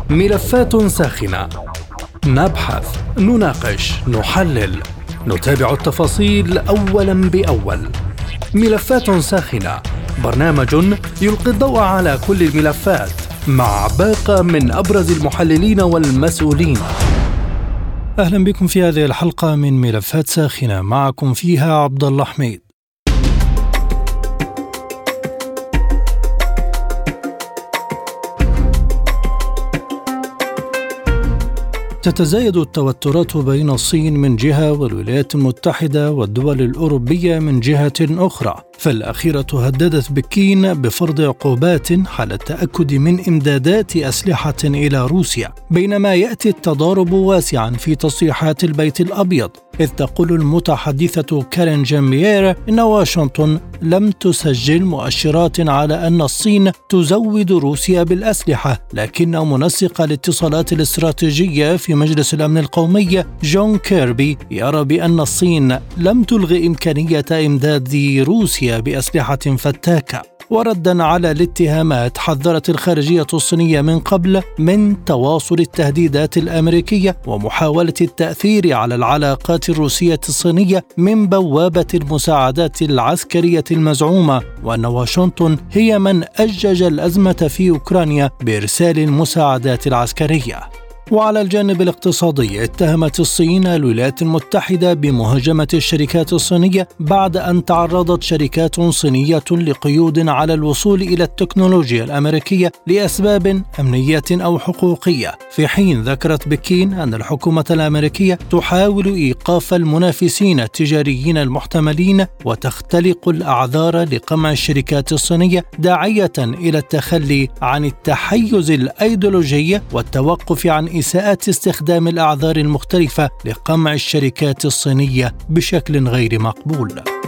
ملفات ساخنة، نبحث، نناقش، نحلل، نتابع التفاصيل أولا بأول. ملفات ساخنة، برنامج يلقي الضوء على كل الملفات مع باقة من أبرز المحللين والمسؤولين. أهلا بكم في هذه الحلقة من ملفات ساخنة، معكم فيها عبد الله حميد. تتزايد التوترات بين الصين من جهة والولايات المتحدة والدول الأوروبية من جهة أخرى، فالأخيرة هددت بكين بفرض عقوبات حال التأكد من إمدادات أسلحة إلى روسيا، بينما يأتي التضارب واسعا في تصريحات البيت الأبيض، إذ تقول المتحدثة كارين جان-بيير إن واشنطن لم تسجل مؤشرات على أن الصين تزود روسيا بالأسلحة، لكن منسق الاتصالات الاستراتيجية في مجلس الأمن القومي جون كيربي يرى بأن الصين لم تلغي إمكانية إمداد روسيا بأسلحة فتاكة. وردا على الاتهامات، حذرت الخارجية الصينية من قبل من تواصل التهديدات الأمريكية ومحاولة التأثير على العلاقات الروسية الصينية من بوابة المساعدات العسكرية المزعومة، وأن واشنطن هي من أجج الأزمة في أوكرانيا بإرسال المساعدات العسكرية. وعلى الجانب الاقتصادي، اتهمت الصين الولايات المتحدة بمهاجمة الشركات الصينية بعد أن تعرضت شركات صينية لقيود على الوصول إلى التكنولوجيا الأمريكية لأسباب أمنية أو حقوقية، في حين ذكرت بكين أن الحكومة الأمريكية تحاول إيقاف المنافسين التجاريين المحتملين وتختلق الأعذار لقمع الشركات الصينية، داعية إلى التخلي عن التحيز الأيديولوجي والتوقف عن إساءة استخدام الأعذار المختلفة لقمع الشركات الصينية بشكل غير مقبول.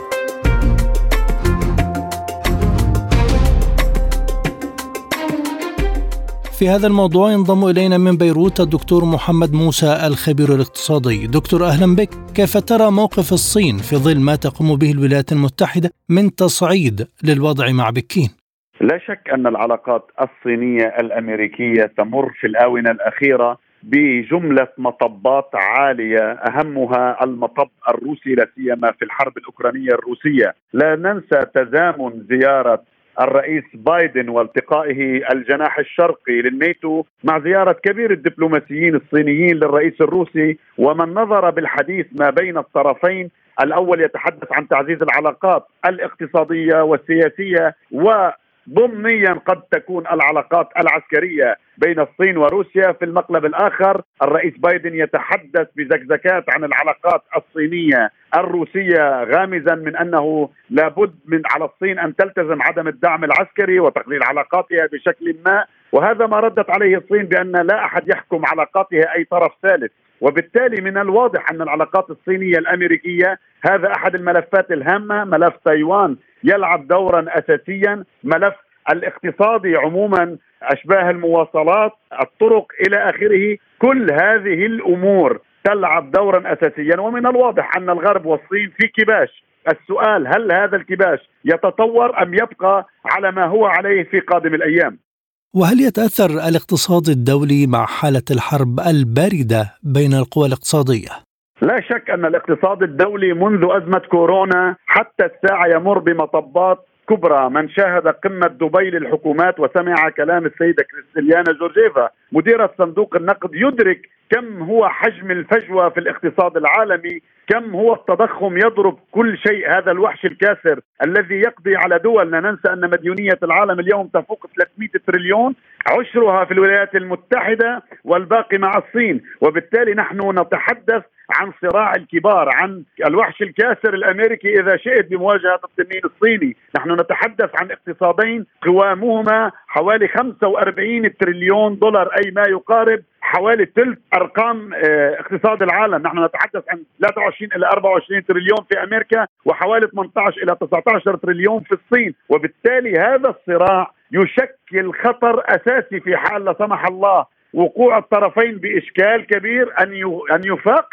في هذا الموضوع ينضم إلينا من بيروت الدكتور محمد موسى الخبير الاقتصادي. دكتور أهلا بك. كيف ترى موقف الصين في ظل ما تقوم به الولايات المتحدة من تصعيد للوضع مع بكين؟ لا شك أن العلاقات الصينية الأمريكية تمر في الآونة الأخيرة بجملة مطبات عالية، أهمها المطب الروسي لا سيما في الحرب الأوكرانية الروسية. لا ننسى تزامن زيارة الرئيس بايدن والتقائه الجناح الشرقي للناتو مع زيارة كبير الدبلوماسيين الصينيين للرئيس الروسي، ومن نظر بالحديث ما بين الطرفين، الأول يتحدث عن تعزيز العلاقات الاقتصادية والسياسية، وضمنيا قد تكون العلاقات العسكرية بين الصين وروسيا. في المقلب الآخر الرئيس بايدن يتحدث بزكزكات عن العلاقات الصينية الروسية، غامزا من أنه لابد من على الصين أن تلتزم عدم الدعم العسكري وتقليل علاقاتها بشكل ما، وهذا ما ردت عليه الصين بأن لا أحد يحكم علاقاتها أي طرف ثالث. وبالتالي من الواضح أن العلاقات الصينية الأمريكية هذا أحد الملفات الهامة. ملف تايوان يلعب دورا أساسيا، ملف الاقتصادي عموما، أشباه المواصلات، الطرق إلى آخره، كل هذه الأمور تلعب دورا أساسيا. ومن الواضح أن الغرب والصين في كباش. السؤال: هل هذا الكباش يتطور أم يبقى على ما هو عليه في قادم الأيام؟ وهل يتأثر الاقتصاد الدولي مع حالة الحرب الباردة بين القوى الاقتصادية؟ لا شك أن الاقتصاد الدولي منذ أزمة كورونا حتى الساعة يمر بمطبات كبرى. من شاهد قمة دبي للحكومات وسمع كلام السيدة كريستاليانا جورجيفا مديرة صندوق النقد يدرك كم هو حجم الفجوة في الاقتصاد العالمي، كم هو التضخم يضرب كل شيء، هذا الوحش الكاسر الذي يقضي على دول. لا ننسى أن مديونية العالم اليوم تفوق 300 تريليون، عشرها في الولايات المتحدة والباقي مع الصين. وبالتالي نحن نتحدث عن صراع الكبار، عن الوحش الكاسر الأمريكي إذا شئت بمواجهة التنين الصيني. نحن نتحدث عن اقتصادين قوامهما حوالي 45 تريليون دولار، أي ما يقارب حوالي ثلث أرقام اقتصاد العالم. نحن نتحدث عن 23 إلى 24 تريليون في أمريكا، وحوالي 18 إلى 19 تريليون في الصين. وبالتالي هذا الصراع يشكل خطر أساسي في حال لا سمح الله وقوع الطرفين بإشكال كبير أن يفاقم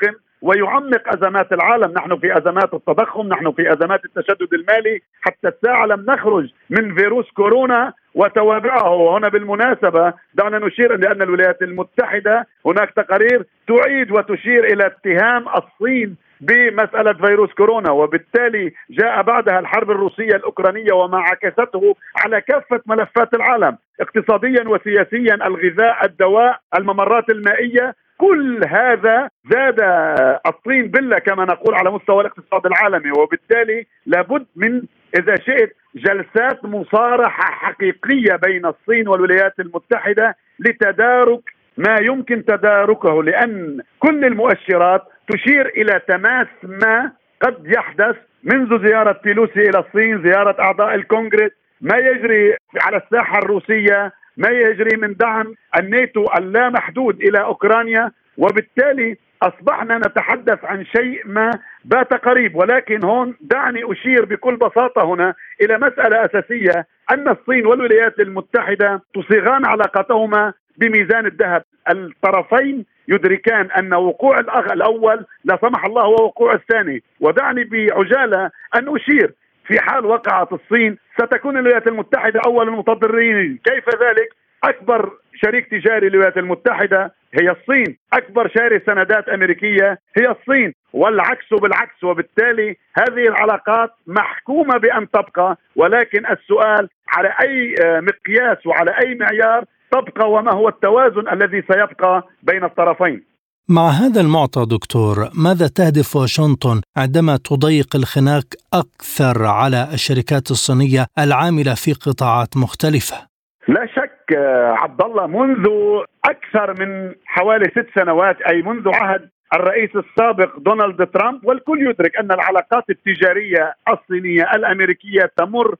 ويعمق أزمات العالم. نحن في أزمات التضخم، نحن في أزمات التشدد المالي، حتى الساعة لم نخرج من فيروس كورونا وتوابعه. وهنا بالمناسبة دعنا نشير لأن الولايات المتحدة هناك تقارير تعيد وتشير إلى اتهام الصين بمسألة فيروس كورونا، وبالتالي جاء بعدها الحرب الروسية الأوكرانية وما عكسته على كافة ملفات العالم اقتصاديا وسياسيا، الغذاء، الدواء، الممرات المائية، كل هذا زاد الطين بلة كما نقول على مستوى الاقتصاد العالمي. وبالتالي لابد من إذا شئت جلسات مصارحة حقيقية بين الصين والولايات المتحدة لتدارك ما يمكن تداركه، لأن كل المؤشرات تشير إلى تماس ما قد يحدث منذ زيارة بيلوسي إلى الصين، زيارة أعضاء الكونغرس، ما يجري على الساحة الروسية، ما يجري من دعم الناتو اللامحدود إلى أوكرانيا. وبالتالي أصبحنا نتحدث عن شيء ما بات قريب. ولكن هون دعني أشير بكل بساطة هنا إلى مسألة أساسية، أن الصين والولايات المتحدة تصيغان علاقتهما بميزان الذهب. الطرفين يدركان أن وقوع الأخ الأول لا سمح الله هو وقوع الثاني. ودعني بعجالة أن أشير، في حال وقعت الصين ستكون الولايات المتحدة أول المتضررين. كيف ذلك؟ أكبر شريك تجاري للولايات المتحدة هي الصين، أكبر شاري سندات أمريكية هي الصين، والعكس بالعكس. وبالتالي هذه العلاقات محكومة بأن تبقى، ولكن السؤال على أي مقياس وعلى أي معيار تبقى، وما هو التوازن الذي سيبقى بين الطرفين. مع هذا المعطى دكتور، ماذا تهدف واشنطن عندما تضيق الخناق أكثر على الشركات الصينية العاملة في قطاعات مختلفة؟ لا شك عبد الله، منذ أكثر من حوالي 6 سنوات، أي منذ عهد الرئيس السابق دونالد ترامب، والكل يدرك أن العلاقات التجارية الصينية الأمريكية تمر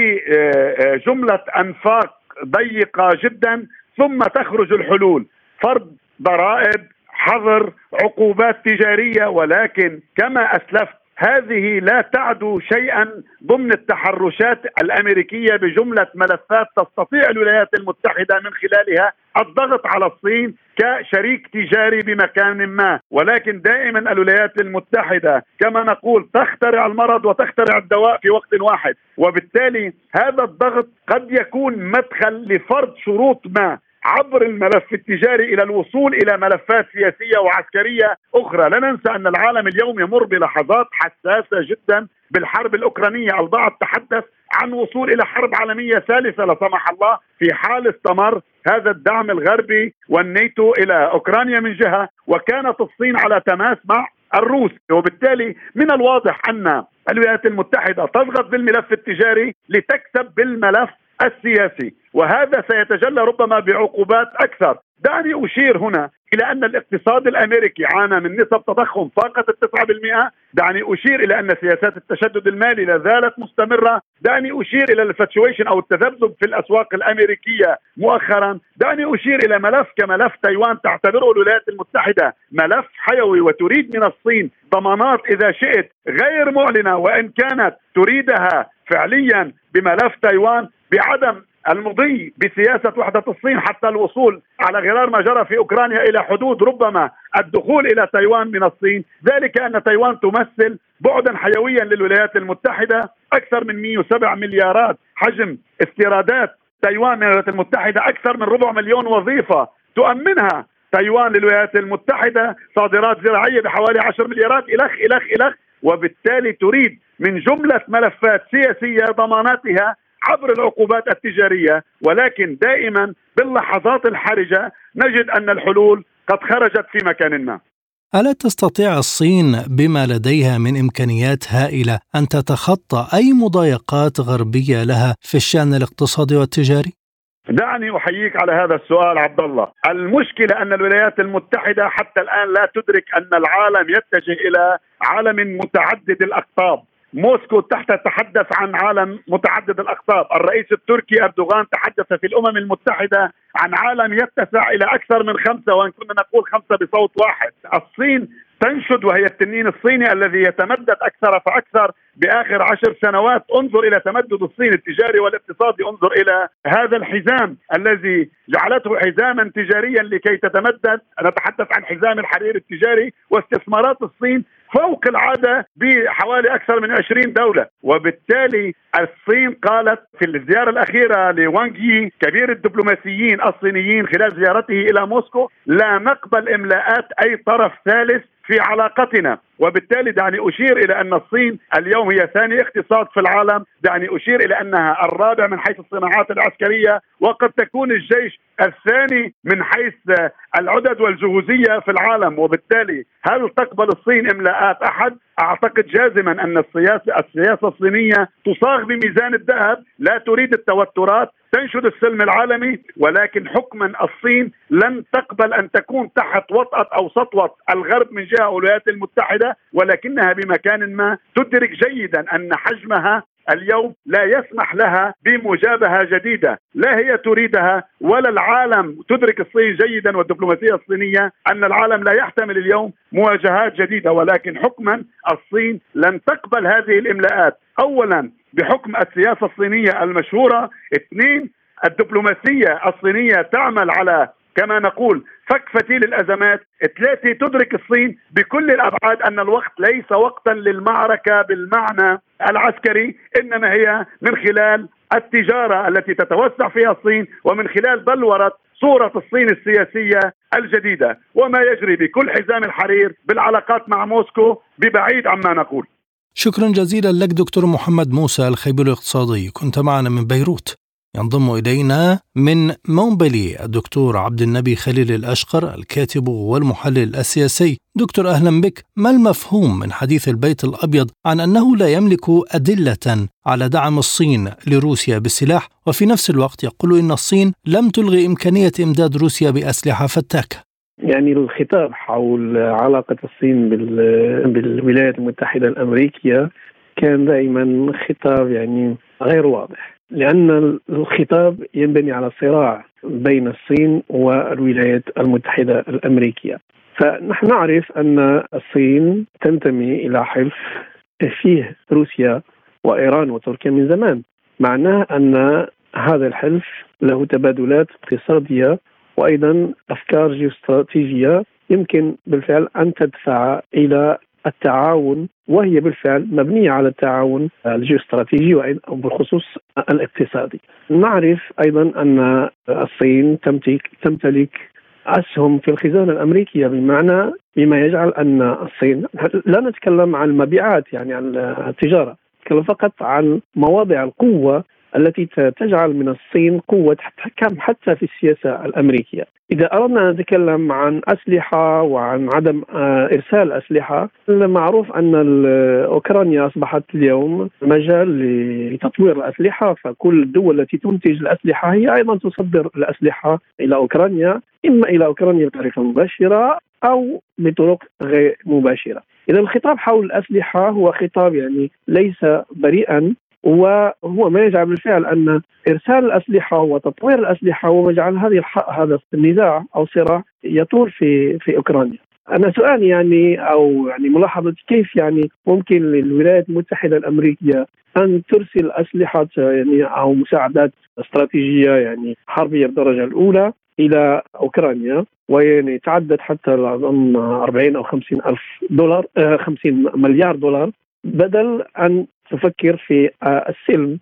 بجملة أنفاق ضيقة جدا، ثم تخرج الحلول: فرض ضرائب، حظر، عقوبات تجارية. ولكن كما أسلفت هذه لا تعد شيئا ضمن التحرشات الأمريكية بجملة ملفات تستطيع الولايات المتحدة من خلالها الضغط على الصين كشريك تجاري بمكان ما. ولكن دائما الولايات المتحدة كما نقول تخترع المرض وتخترع الدواء في وقت واحد. وبالتالي هذا الضغط قد يكون مدخل لفرض شروط ما عبر الملف التجاري إلى الوصول إلى ملفات سياسية وعسكرية أخرى. لا ننسى أن العالم اليوم يمر بلحظات حساسة جدا بالحرب الأوكرانية. البعض تحدث عن وصول إلى حرب عالمية ثالثة لا سمح الله في حال استمر هذا الدعم الغربي والناتو إلى أوكرانيا من جهة، وكانت الصين على تماس مع الروس. وبالتالي من الواضح أن الولايات المتحدة تضغط بالملف التجاري لتكسب بالملف السياسي، وهذا سيتجلى ربما بعقوبات أكثر. دعني أشير هنا إلى أن الاقتصاد الأمريكي عانى من نسب تضخم فاقت 9%. دعني أشير إلى أن سياسات التشدد المالي لا زالت مستمرة. دعني أشير إلى الفلكتويشن أو التذبذب في الأسواق الأمريكية مؤخرا. دعني أشير إلى ملف كملف تايوان تعتبره الولايات المتحدة ملف حيوي، وتريد من الصين ضمانات إذا شئت غير معلنة، وإن كانت تريدها فعليا بملف تايوان، بعدم المضي بسياسة وحدة الصين حتى الوصول على غرار ما جرى في أوكرانيا إلى حدود ربما الدخول إلى تايوان من الصين. ذلك أن تايوان تمثل بعدا حيويا للولايات المتحدة. أكثر من 107 مليارات حجم استيرادات تايوان من الولايات المتحدة، أكثر من 400,000 وظيفة تؤمنها تايوان للولايات المتحدة، صادرات زراعية بحوالي 10 مليارات إلخ إلخ إلخ. وبالتالي تريد من جملة ملفات سياسية ضماناتها عبر العقوبات التجارية. ولكن دائما باللحظات الحرجة نجد أن الحلول قد خرجت في مكان ما. ألا تستطيع الصين بما لديها من إمكانيات هائلة أن تتخطى أي مضايقات غربية لها في الشأن الاقتصادي والتجاري؟ دعني أحييك على هذا السؤال عبد الله. المشكلة أن الولايات المتحدة حتى الآن لا تدرك أن العالم يتجه إلى عالم متعدد الأقطاب. موسكو تتحدث عن عالم متعدد الأقطاب. الرئيس التركي أردوغان تحدث في الأمم المتحدة عن عالم يتسع إلى أكثر من 5، وإن كنا نقول 5 بصوت واحد. الصين تنشد، وهي التنين الصيني الذي يتمدد أكثر فأكثر بآخر 10 سنوات. انظر إلى تمدد الصين التجاري والاقتصادي، انظر إلى هذا الحزام الذي جعلته حزاما تجاريا لكي تتمدد. نتحدث عن حزام الحرير التجاري واستثمارات الصين فوق العادة بحوالي أكثر من 20 دولة. وبالتالي الصين قالت في الزيارة الأخيرة لوانغ يي كبير الدبلوماسيين الصينيين خلال زيارته إلى موسكو: لا نقبل إملاءات أي طرف ثالث في علاقتنا. وبالتالي دعني أشير إلى أن الصين اليوم هي ثاني اقتصاد في العالم، دعني أشير إلى أنها الرابع من حيث الصناعات العسكرية، وقد تكون الجيش الثاني من حيث العدد والجهوزية في العالم. وبالتالي هل تقبل الصين إملاءات أحد؟ أعتقد جازما أن السياسة الصينية تصاغ بميزان الذهب، لا تريد التوترات، تنشد السلم العالمي، ولكن حكما الصين لن تقبل أن تكون تحت وطأة أو سطوة الغرب من جهة الولايات المتحدة، ولكنها بمكان ما تدرك جيدا أن حجمها اليوم لا يسمح لها بمجابهة جديدة، لا هي تريدها ولا العالم. تدرك الصين جيدا والدبلوماسية الصينية أن العالم لا يحتمل اليوم مواجهات جديدة، ولكن حكما الصين لن تقبل هذه الإملاءات. أولا بحكم السياسة الصينية المشهورة. 2 الدبلوماسية الصينية تعمل على كما نقول فك فتيل الأزمات. 3 تدرك الصين بكل الأبعاد أن الوقت ليس وقتا للمعركة بالمعنى العسكري، إنما هي من خلال التجارة التي تتوسع فيها الصين، ومن خلال بلورة صورة الصين السياسية الجديدة، وما يجري بكل حزام الحرير بالعلاقات مع موسكو ببعيد عما نقول. شكرا جزيلا لك دكتور محمد موسى الخبير الاقتصادي، كنت معنا من بيروت. ينضم إلينا من مونبلي الدكتور عبد النبي خليل الأشقر الكاتب والمحلل السياسي. دكتور أهلا بك. ما المفهوم من حديث البيت الأبيض عن أنه لا يملك أدلة على دعم الصين لروسيا بالسلاح، وفي نفس الوقت يقول إن الصين لم تلغي إمكانية إمداد روسيا بأسلحة فتاكة؟ يعني الخطاب حول علاقة الصين بالولايات المتحدة الأمريكية كان دائما خطاب يعني غير واضح، لأن الخطاب ينبني على صراع بين الصين والولايات المتحدة الأمريكية. فنحن نعرف أن الصين تنتمي إلى حلف فيه روسيا وإيران وتركيا من زمان، معناه أن هذا الحلف له تبادلات اقتصادية وأيضا أفكار جيوستراتيجية يمكن بالفعل أن تدفع إلى التعاون، وهي بالفعل مبنية على التعاون الجيوستراتيجي وبالخصوص الاقتصادي. نعرف أيضا أن الصين تمتلك أسهم في الخزانة الأمريكية، بما يجعل أن الصين، لا نتكلم عن المبيعات يعني عن التجارة، نتكلم فقط عن مواضع القوة التي تجعل من الصين قوة تتحكم حتى في السياسة الأمريكية. إذا أردنا أن نتكلم عن أسلحة وعن عدم إرسال أسلحة، المعروف أن أوكرانيا أصبحت اليوم مجال لتطوير الأسلحة، فكل الدول التي تنتج الأسلحة هي أيضا تصدر الأسلحة إلى أوكرانيا، إما إلى أوكرانيا بطريقة مباشرة أو بطرق غير مباشرة. إذا الخطاب حول الأسلحة هو خطاب يعني ليس بريئا، وهو ما يجعل بالفعل أن إرسال الأسلحة وتطوير الأسلحة هو ما يجعل هذا النزاع أو صراع يطول في أوكرانيا. أنا سؤالي أو ملاحظة كيف ممكن للولايات المتحدة الأمريكية أن ترسل أسلحة أو مساعدات استراتيجية حربية بالدرجة الأولى إلى أوكرانيا، تعدت حتى أظن 40 أو 50 ألف دولار 50 مليار دولار، بدل أن تفكر في السلم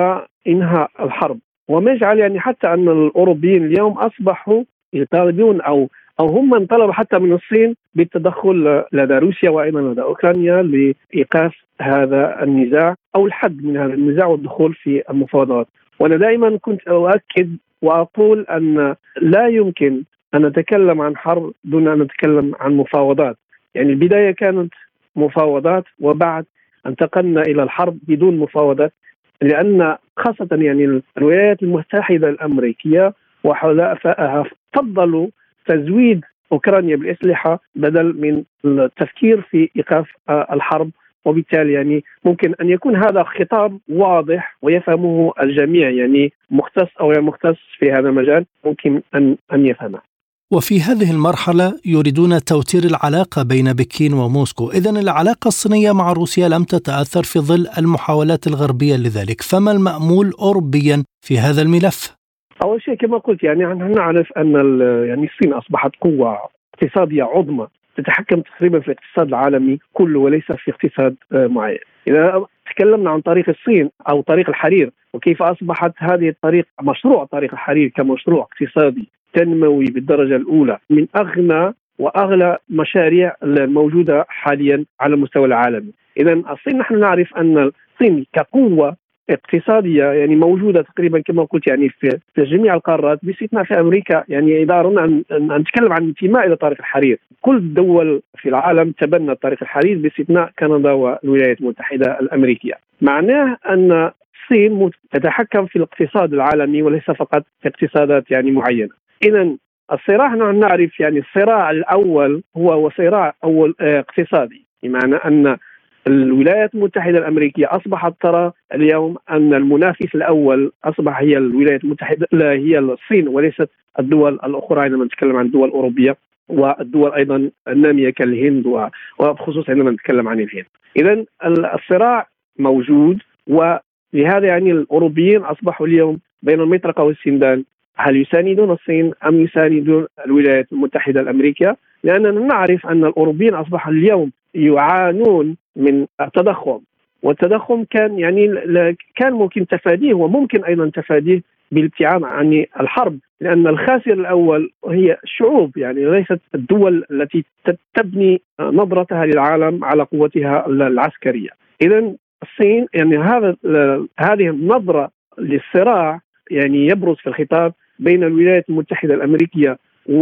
وإنهاء الحرب. وما يجعل حتى أن الأوروبيين اليوم أصبحوا يطالبون أو هم من طلبوا حتى من الصين بالتدخل لدى روسيا وأيضا لدى أوكرانيا لإيقاف هذا النزاع أو الحد من هذا النزاع والدخول في المفاوضات. وأنا دائما كنت أؤكد وأقول أن لا يمكن أن نتكلم عن حرب دون أن نتكلم عن مفاوضات. البداية كانت مفاوضات، وبعد انتقلنا إلى الحرب بدون مفاوضات، لأن خاصة الولايات المتحدة الأمريكية وحلفائها فضلوا تزويد أوكرانيا بالأسلحة بدل من التفكير في إيقاف الحرب. وبالتالي ممكن أن يكون هذا خطاب واضح ويفهمه الجميع، مختص أو غير مختص في هذا المجال ممكن أن يفهمه. وفي هذه المرحلة يريدون توتير العلاقة بين بكين وموسكو. إذن العلاقة الصينية مع روسيا لم تتأثر في ظل المحاولات الغربية لذلك، فما المأمول أوروبيا في هذا الملف؟ أول شيء كما قلت يعني نعرف أن يعني الصين أصبحت قوة اقتصادية عظمى تتحكم تقريبا في الاقتصاد العالمي كله وليس في اقتصاد معين. إذا تكلمنا عن طريق الصين أو طريق الحرير وكيف أصبحت هذه الطريق مشروع طريق الحرير كمشروع اقتصادي تنموي بالدرجة الأولى من أغنى وأغلى مشاريع الموجودة حاليا على المستوى العالمي. إذا الصين نحن نعرف أن الصين كقوة اقتصادية يعني موجودة تقريبا كما قلت يعني في جميع القارات باستثناء في أمريكا. يعني إذا أردنا أن نتكلم عن انتماء إلى طريق الحرير، كل الدول في العالم تبنت طريق الحرير باستثناء كندا والولايات المتحدة الأمريكية. معناه أن الصين تتحكم في الاقتصاد العالمي وليس فقط في اقتصادات يعني معينة. إذا الصراع نحن نعرف يعني الصراع الأول هو صراع أول اقتصادي، بمعنى أن الولايات المتحدة الأمريكية أصبحت ترى اليوم أن المنافس الأول أصبح هي الولايات المتحدة، لا هي الصين وليست الدول الأخرى عندما نتكلم عن الدول الأوروبية والدول أيضا النامية كالهند وبخصوص عندما نتكلم عن الهند. إذن الصراع موجود، ولهذا يعني الأوروبيين أصبحوا اليوم بين المطرقة والسندان، هل يساندون الصين أم يساندون الولايات المتحدة الأمريكية؟ لأننا نعرف أن الأوروبيين أصبحوا اليوم يعانون من التضخم، والتضخم كان يعني كان ممكن تفاديه وممكن أيضا تفاديه بالابتعاد عن الحرب، لأن الخاسر الأول هي الشعوب يعني ليست الدول التي تبني نظرتها للعالم على قوتها العسكرية. إذن الصين يعني هذه النظرة للصراع يعني يبرز في الخطاب بين الولايات المتحدة الأمريكية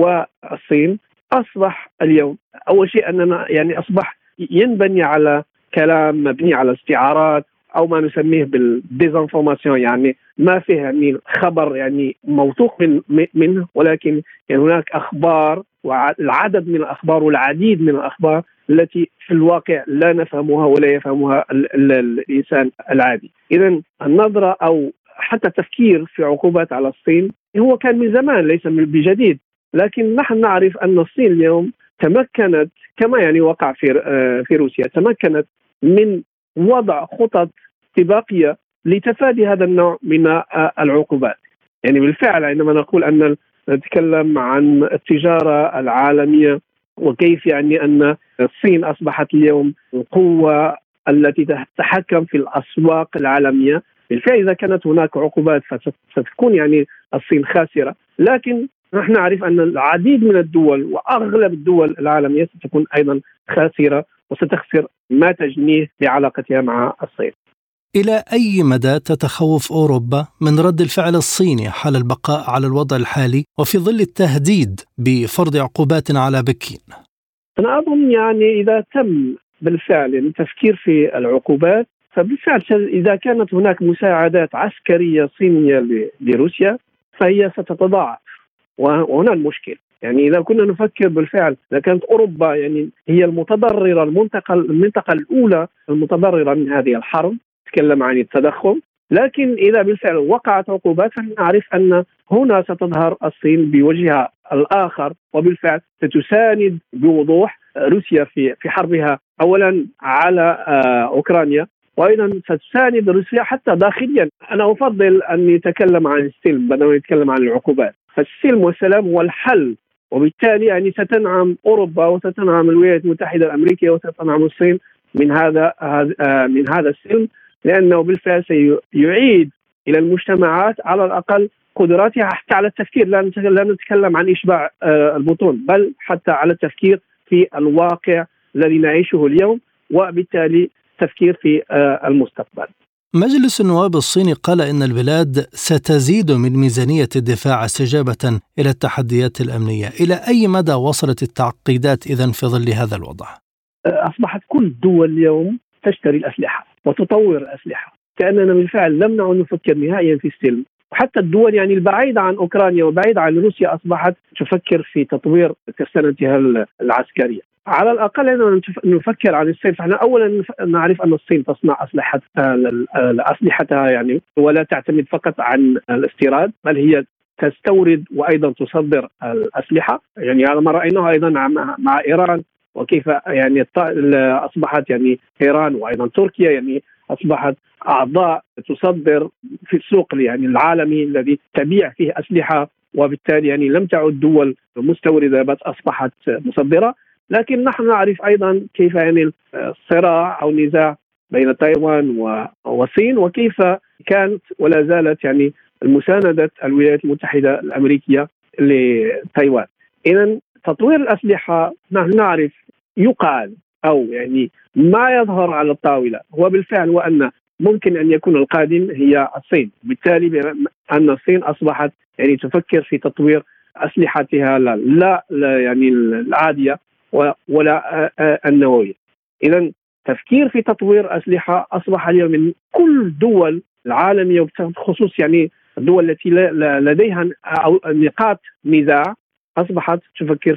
والصين أصبح اليوم أول شيء أننا يعني أصبح ينبني على كلام مبني على استعارات أو ما نسميه بالديزانفورماسيون، يعني ما فيه يعني خبر يعني موثوق منه، ولكن يعني هناك أخبار والعدد من الأخبار والعديد من الأخبار التي في الواقع لا نفهمها ولا يفهمها الإنسان العادي. إذن النظرة أو حتى التفكير في عقوبات على الصين هو كان من زمان ليس بجديد، لكن نحن نعرف أن الصين اليوم تمكنت كما يعني وقع في روسيا، تمكنت من وضع خطط استباقية لتفادي هذا النوع من العقوبات. يعني بالفعل عندما نقول أن نتكلم عن التجارة العالمية وكيف يعني أن الصين أصبحت اليوم القوة التي تتحكم في الأسواق العالمية، بالفعل إذا كانت هناك عقوبات ستكون يعني الصين خاسرة، لكن نحن نعرف أن العديد من الدول وأغلب الدول العالمية ستكون أيضا خاسرة وستخسر ما تجنيه بعلاقتها مع الصين. إلى أي مدى تتخوف أوروبا من رد الفعل الصيني حال البقاء على الوضع الحالي وفي ظل التهديد بفرض عقوبات على بكين؟ أنا أظن يعني إذا تم بالفعل التفكير في العقوبات فبالفعل إذا كانت هناك مساعدات عسكرية صينية لروسيا فهي ستتضاعف، وهنا المشكل. يعني إذا كنا نفكر بالفعل إذا كانت أوروبا يعني هي المتضررة المنطقة الأولى المتضررة من هذه الحرب، تكلم عن التضخم، لكن إذا بالفعل وقعت عقوبات فنعرف أن هنا ستظهر الصين بوجهها الآخر، وبالفعل ستساند بوضوح روسيا في حربها أولا على أوكرانيا، وأيضا ستساند روسيا حتى داخليا. أنا أفضل أن يتكلم عن السلم بدل ما يتكلم عن العقوبات، فالسلم والسلام هو الحل، وبالتالي يعني ستنعم أوروبا وستنعم الولايات المتحدة الأمريكية وستنعم الصين من هذا السلم، لأنه بالفعل سيعيد إلى المجتمعات على الأقل قدراتها حتى على التفكير، لا نتكلم عن إشباع البطون، بل حتى على التفكير في الواقع الذي نعيشه اليوم، وبالتالي تفكير في المستقبل. مجلس النواب الصيني قال إن البلاد ستزيد من ميزانية الدفاع استجابة إلى التحديات الأمنية. إلى أي مدى وصلت التعقيدات إذن في ظل هذا الوضع؟ أصبحت كل الدول اليوم تشتري الأسلحة وتطور الأسلحة، كأننا بالفعل لم نعد نفكر نهائيا في السلم. وحتى الدول يعني البعيدة عن أوكرانيا وبعيدة عن روسيا أصبحت تفكر في تطوير ترسانتها العسكرية. على الأقل أننا نفكر عن الصين، فإحنا أولا نعرف أن الصين تصنع أسلحتها يعني ولا تعتمد فقط عن الاستيراد، بل هي تستورد وأيضا تصدر الأسلحة. يعني هذا ما رأيناه أيضا مع إيران، وكيف يعني أصبحت يعني إيران وأيضا تركيا يعني أصبحت أعضاء تصدر في السوق يعني العالمي الذي تبيع فيه أسلحة، وبالتالي يعني لم تعد دول مستوردة بس أصبحت مصدرة. لكن نحن نعرف أيضا كيف يعني الصراع أو النزاع بين تايوان والصين، وكيف كانت ولا زالت يعني المساندة الولايات المتحدة الأمريكية لتايوان. إذن تطوير الأسلحة نحن نعرف يقال أو يعني ما يظهر على الطاولة هو بالفعل وأن ممكن أن يكون القادم هي الصين، بالتالي أن الصين أصبحت يعني تفكر في تطوير أسلحتها لا يعني العادية ولا النووية. إذن تفكير في تطوير أسلحة أصبح اليوم من كل دول العالمية، وبخصوص يعني الدول التي لديها أو نقاط نزاع أصبحت تفكر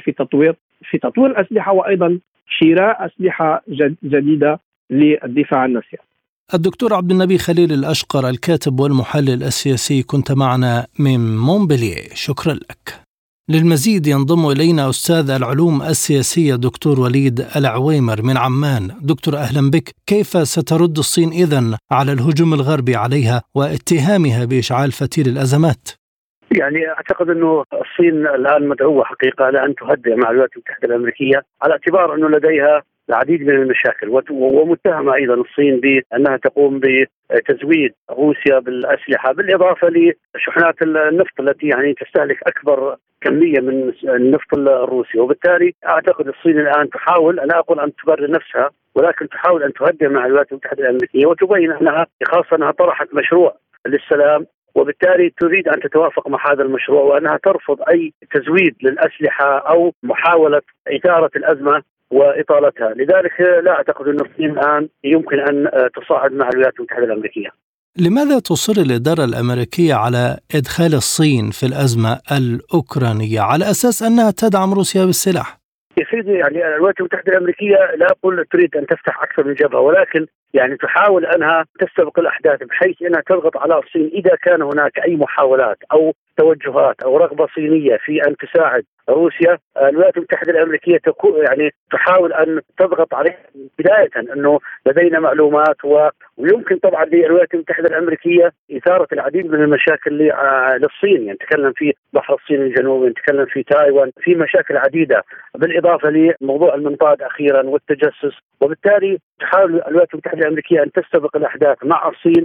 في تطوير الأسلحة وأيضا شراء أسلحة جديدة للدفاع عن نفسها. الدكتور عبد النبي خليل الأشقر، الكاتب والمحلل السياسي، كنت معنا من مونبلييه، شكرا لك. للمزيد ينضم إلينا أستاذ العلوم السياسية دكتور وليد العويمر من عمان. دكتور أهلا بك. كيف سترد الصين إذن على الهجوم الغربي عليها واتهامها بإشعال فتيل الأزمات؟ يعني أعتقد أنه الصين الآن مدعوة حقيقة لأن تهدئ مع الولايات المتحدة الأمريكية، على اعتبار أنه لديها العديد من المشاكل، ومتهمة أيضا الصين بأنها تقوم بتزويد روسيا بالأسلحة، بالإضافة لشحنات النفط التي يعني تستهلك أكبر كمية من النفط الروسي. وبالتالي أعتقد الصين الآن تحاول، أنا أقول أن تبرر نفسها، ولكن تحاول أن تهدئ مع الولايات المتحدة الأمريكية وتبين أنها خاصة أنها طرحت مشروع للسلام، وبالتالي تريد أن تتوافق مع هذا المشروع، وأنها ترفض أي تزويد للأسلحة أو محاولة إثارة الأزمة وإطالتها. لذلك لا أعتقد أن الصين الآن يمكن أن تصاعد مع الولايات المتحدة الأمريكية. لماذا تصر الإدارة الأمريكية على إدخال الصين في الأزمة الأوكرانية على أساس أنها تدعم روسيا بالسلاح؟ يا سيدي، يعني الولايات المتحدة الأمريكية لا أقول تريد أن تفتح أكثر من جبهة، ولكن يعني تحاول أنها تستبق الأحداث بحيث أنها تضغط على الصين إذا كان هناك أي محاولات أو توجهات أو رغبة صينية في أن تساعد روسيا. الولايات المتحدة الأمريكية يعني تحاول أن تضغط عليه بداية أنه لدينا معلومات ويمكن طبعا للولايات المتحدة الأمريكية إثارة العديد من المشاكل للصين. يعني نتكلم في بحر الصين الجنوبي، نتكلم في تايوان، في مشاكل عديدة، بالإضافة لموضوع المنطاد أخيرا والتجسس. وبالتالي تحاول الولايات المتحدة الأمريكية أن تستبق الأحداث مع الصين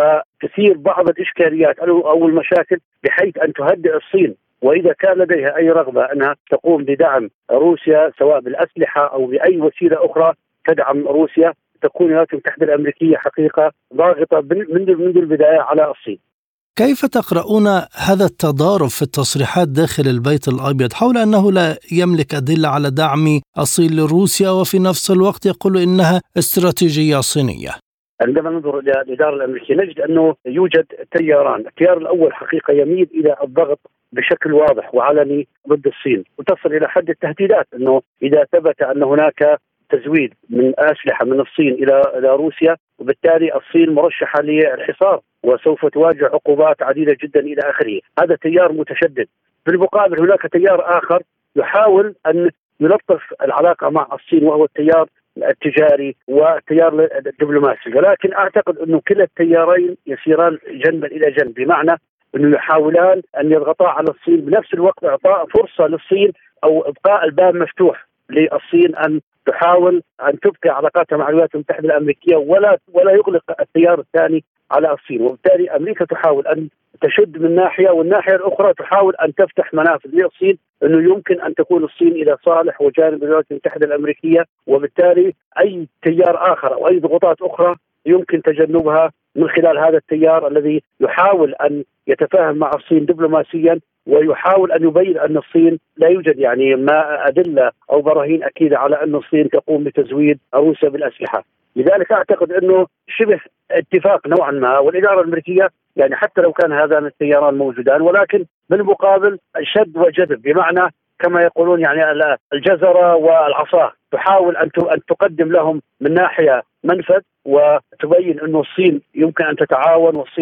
وتثير بعض الإشكاليات أو المشاكل بحيث أن تهدئ الصين، وإذا كان لديها أي رغبة أنها تقوم بدعم روسيا سواء بالأسلحة أو بأي وسيلة أخرى تدعم روسيا، تكون الولايات المتحدة الأمريكية حقيقة ضاغطة منذ البداية على الصين. كيف تقرؤون هذا التضارب في التصريحات داخل البيت الأبيض حول أنه لا يملك أدلة على دعم الصين لروسيا وفي نفس الوقت يقول إنها استراتيجية صينية؟ عندما ننظر إلى الإدارة الأمريكية نجد أنه يوجد تياران. التيار الأول حقيقة يميل إلى الضغط بشكل واضح وعلني ضد الصين، وتصل إلى حد التهديدات أنه إذا ثبت أن هناك تزويد من أسلحة من الصين إلى روسيا، وبالتالي الصين مرشحة للحصار وسوف تواجه عقوبات عديدة جدا إلى آخره. هذا تيار متشدد. بالمقابل هناك تيار آخر يحاول أن يلطف العلاقة مع الصين، وهو التيار التجاري والتيار الدبلوماسي. ولكن أعتقد أنه كلا التيارين يسيران جنبا إلى جنب، بمعنى أنه يحاولان أن يضغطا على الصين، بنفس الوقت إعطاء فرصة للصين أو إبقاء الباب مفتوح للصين أن تحاول أن تبقي علاقاتها مع الولايات المتحدة الأمريكية ولا يغلق التيار الثاني على الصين. وبالتالي أمريكا تحاول أن تشد من ناحية، والناحية الأخرى تحاول أن تفتح منافذ للصين أنه يمكن أن تكون الصين إلى صالح وجانب الولايات المتحدة الأمريكية، وبالتالي أي تيار آخر أو أي ضغوطات أخرى يمكن تجنبها من خلال هذا التيار الذي يحاول أن يتفاهم مع الصين دبلوماسيا، ويحاول أن يبين أن الصين لا يوجد يعني ما أدلة أو براهين أكيدة على أن الصين تقوم بتزويد روسيا بالأسلحة. لذلك أعتقد أنه شبه اتفاق نوعا ما، والإدارة الأمريكية يعني حتى لو كان هذان التياران موجودان، ولكن بالمقابل شد وجذب، بمعنى كما يقولون يعني الجزرة والعصا، تحاول أن تقدم لهم من ناحية منفذ وتبين أن الصين يمكن أن تتعاون، والصين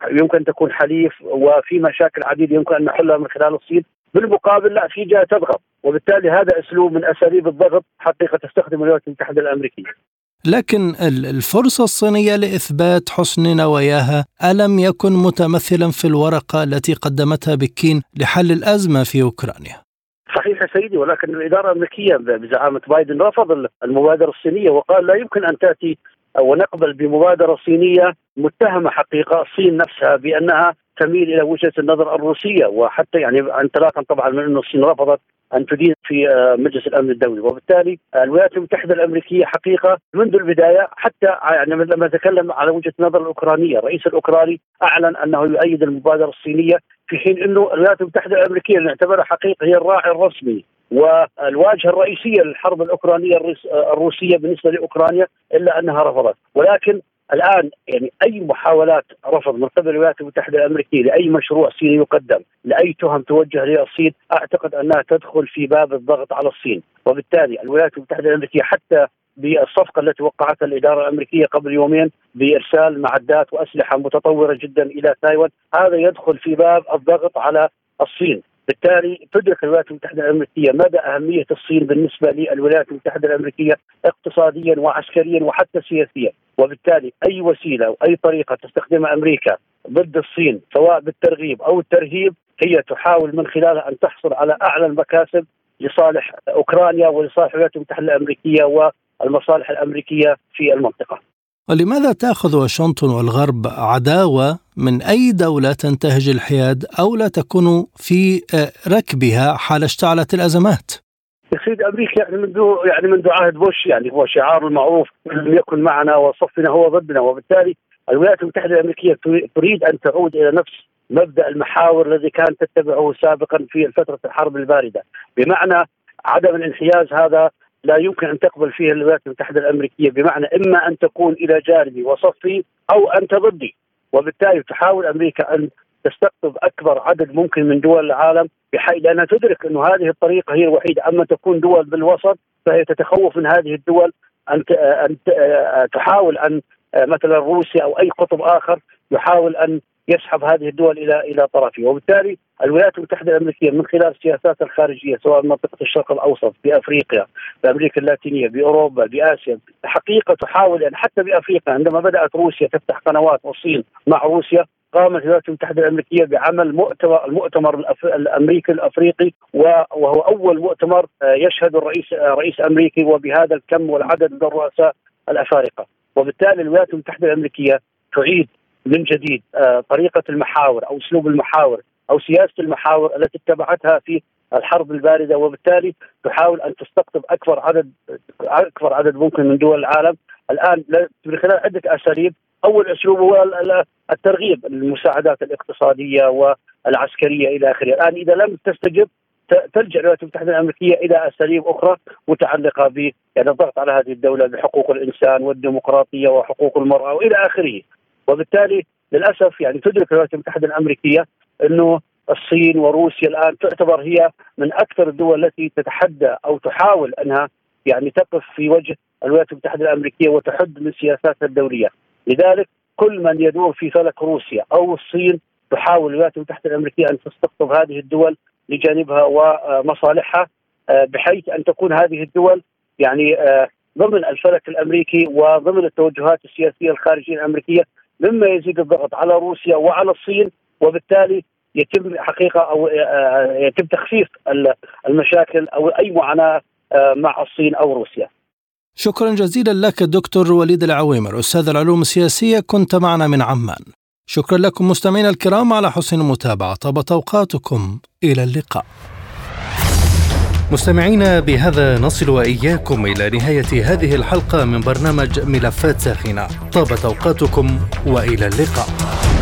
يمكن أن تكون حليف، وفي مشاكل عديدة يمكن أن نحلها من خلال الصين. بالمقابل لا، في جهة تضغط، وبالتالي هذا أسلوب من أساليب الضغط حقيقة تستخدم الولايات المتحدة الأمريكية. لكن الفرصة الصينية لإثبات حسن نواياها ألم يكن متمثلا في الورقة التي قدمتها بكين لحل الأزمة في أوكرانيا؟ صحيح سيدي، ولكن الإدارة الأمريكية بزعامة بايدن رفض المبادرة الصينية وقال لا يمكن أن تأتي ونقبل بمبادرة صينية متهمة حقيقة الصين نفسها بأنها تميل إلى وجهة النظر الروسية، وحتى يعني انطلاقا طبعا من أن الصين رفضت أن تدين في مجلس الأمن الدولي. وبالتالي الولايات المتحدة الأمريكية حقيقة منذ البداية، حتى يعني لما تكلم على وجهة النظر الأوكرانية، الرئيس الأوكراني أعلن أنه يؤيد المبادرة الصينية، في حين أنه الولايات المتحدة الأمريكية نعتبرها حقيقة هي الراعي الرسمي والواجهة الرئيسية للحرب الأوكرانية الروسية بالنسبة لأوكرانيا، إلا أنها رفضت. ولكن الآن يعني أي محاولات رفض من قبل الولايات المتحدة الأمريكية لأي مشروع صيني يقدم، لأي تهم توجه للصين، أعتقد أنها تدخل في باب الضغط على الصين. وبالتالي الولايات المتحدة الأمريكية حتى بالصفقة التي وقعتها الإدارة الأمريكية قبل يومين بإرسال معدات وأسلحة متطورة جدا إلى تايوان، هذا يدخل في باب الضغط على الصين. بالتالي تدرك الولايات المتحدة الأمريكية مدى أهمية الصين بالنسبة للولايات المتحدة الأمريكية اقتصاديا وعسكريا وحتى سياسيا. وبالتالي أي وسيلة أو أي طريقة تستخدمها أمريكا ضد الصين سواء بالترغيب أو الترهيب، هي تحاول من خلالها أن تحصل على أعلى المكاسب لصالح أوكرانيا ولصالح الولايات المتحدة الأمريكية والمصالح الأمريكية في المنطقة. ولماذا تأخذ واشنطن والغرب عداوة من أي دولة تنتهج الحياد أو لا تكون في ركبها حال اشتعلت الأزمات؟ يا أمريكا منذ عهد بوش هو شعار المعروف لم يكن معنا وصفنا هو ضدنا. وبالتالي الولايات المتحدة الأمريكية تريد أن تعود إلى نفس مبدأ المحاور الذي كانت تتبعه سابقا في فترة الحرب الباردة، بمعنى عدم الانحياز. هذا لا يمكن أن تقبل فيه الولايات المتحدة الأمريكية، بمعنى إما أن تكون إلى جانبي وصفي أو أنت ضدي. وبالتالي تحاول أمريكا أن تستقطب أكبر عدد ممكن من دول العالم، بحيث أنها تدرك أن هذه الطريقة هي الوحيدة. أما تكون دول بالوسط فهي تتخوف من هذه الدول أن تحاول أن مثلا روسيا أو أي قطب آخر يحاول أن يسحب هذه الدول إلى طرفه. وبالتالي الولايات المتحدة الأمريكية من خلال سياساتها الخارجية سواء منطقة الشرق الأوسط، بأفريقيا، بأمريكا اللاتينية، بأوروبا، بآسيا، حقيقة تحاول يعني حتى بأفريقيا عندما بدأت روسيا تفتح قنوات والصين مع روسيا، قامت الولايات المتحدة الأمريكية بعمل المؤتمر الأمريكي الأفريقي، وهو أول مؤتمر يشهد رئيس أمريكي وبهذا الكم والعدد من الرؤساء الأفارقة. وبالتالي الولايات المتحدة الأمريكية تعيد من جديد طريقة المحاور أو أسلوب المحاور أو سياسة المحاور التي اتبعتها في الحرب الباردة. وبالتالي تحاول أن تستقطب أكبر عدد ممكن من دول العالم الآن من خلال عدة أساليب. أول أسلوب هو الترغيب، المساعدات الاقتصادية والعسكرية إلى آخره. الآن إذا لم تستجب تلجأ الولايات المتحدة الأمريكية إلى أساليب أخرى متعلقة الضغط على هذه الدولة بحقوق الإنسان والديمقراطية وحقوق المرأة وإلى آخره. وبالتالي للأسف تدرك الولايات المتحدة الأمريكية أنه الصين وروسيا الآن تعتبر هي من أكثر الدول التي تتحدى أو تحاول أنها تقف في وجه الولايات المتحدة الأمريكية وتحد من سياساتها الدولية. لذلك كل من يدور في فلك روسيا أو الصين تحاول الولايات المتحدة الأمريكية أن تستقطب هذه الدول لجانبها ومصالحها، بحيث أن تكون هذه الدول ضمن الفلك الأمريكي وضمن التوجهات السياسية الخارجية الأمريكية، مما يزيد الضغط على روسيا وعلى الصين. وبالتالي يتم حقيقة أو يتم تخفيف المشاكل أو أي معاناة مع الصين أو روسيا. شكرا جزيلا لك دكتور وليد العويمر، أستاذ العلوم السياسية، كنت معنا من عمان. شكرا لكم مستمعينا الكرام على حسن المتابعة، طابت أوقاتكم، إلى اللقاء. مستمعينا، بهذا نصل وإياكم إلى نهاية هذه الحلقة من برنامج ملفات ساخنة. طابت أوقاتكم وإلى اللقاء.